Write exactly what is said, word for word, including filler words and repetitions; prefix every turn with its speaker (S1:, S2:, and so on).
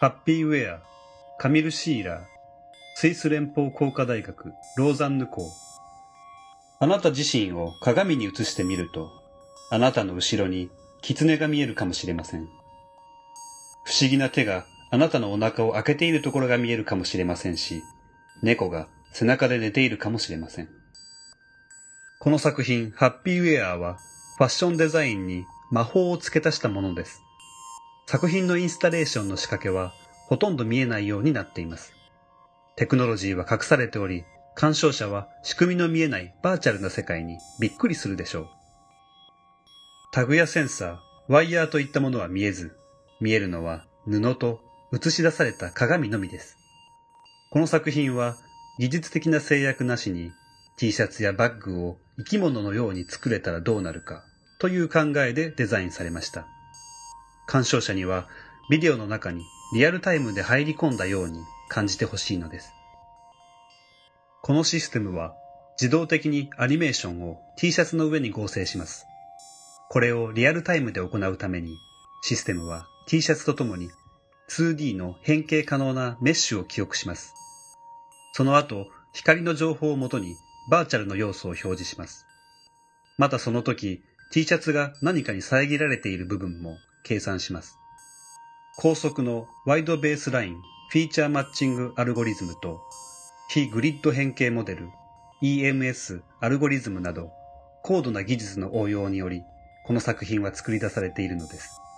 S1: ハッピーウェア、カミル・シーラー、スイス連邦工科大学、ローザンヌ校。あなた自身を鏡に映してみると、あなたの後ろに狐が見えるかもしれません。不思議な手があなたのお腹を開けているところが見えるかもしれませんし、猫が背中で寝ているかもしれません。この作品、ハッピーウェアは、ファッションデザインに魔法を付け足したものです。作品のインスタレーションの仕掛けは、ほとんど見えないようになっています。テクノロジーは隠されており、鑑賞者は仕組みの見えないバーチャルな世界にびっくりするでしょう。タグやセンサー、ワイヤーといったものは見えず、見えるのは布と映し出された鏡のみです。この作品は技術的な制約なしに T シャツやバッグを生き物のように作れたらどうなるかという考えでデザインされました。鑑賞者にはビデオの中にリアルタイムで入り込んだように感じてほしいのです。このシステムは自動的にアニメーションを T シャツの上に合成します。これをリアルタイムで行うためにシステムは T シャツとともに ツーディー の変形可能なメッシュを記憶します。その後、光の情報をもとにバーチャルの要素を表示します。またその時、T シャツが何かに遮られている部分も計算します。高速のワイドベースラインフィーチャーマッチングアルゴリズムと非グリッド変形モデル イーエムエス アルゴリズムなど高度な技術の応用によりこの作品は作り出されているのです。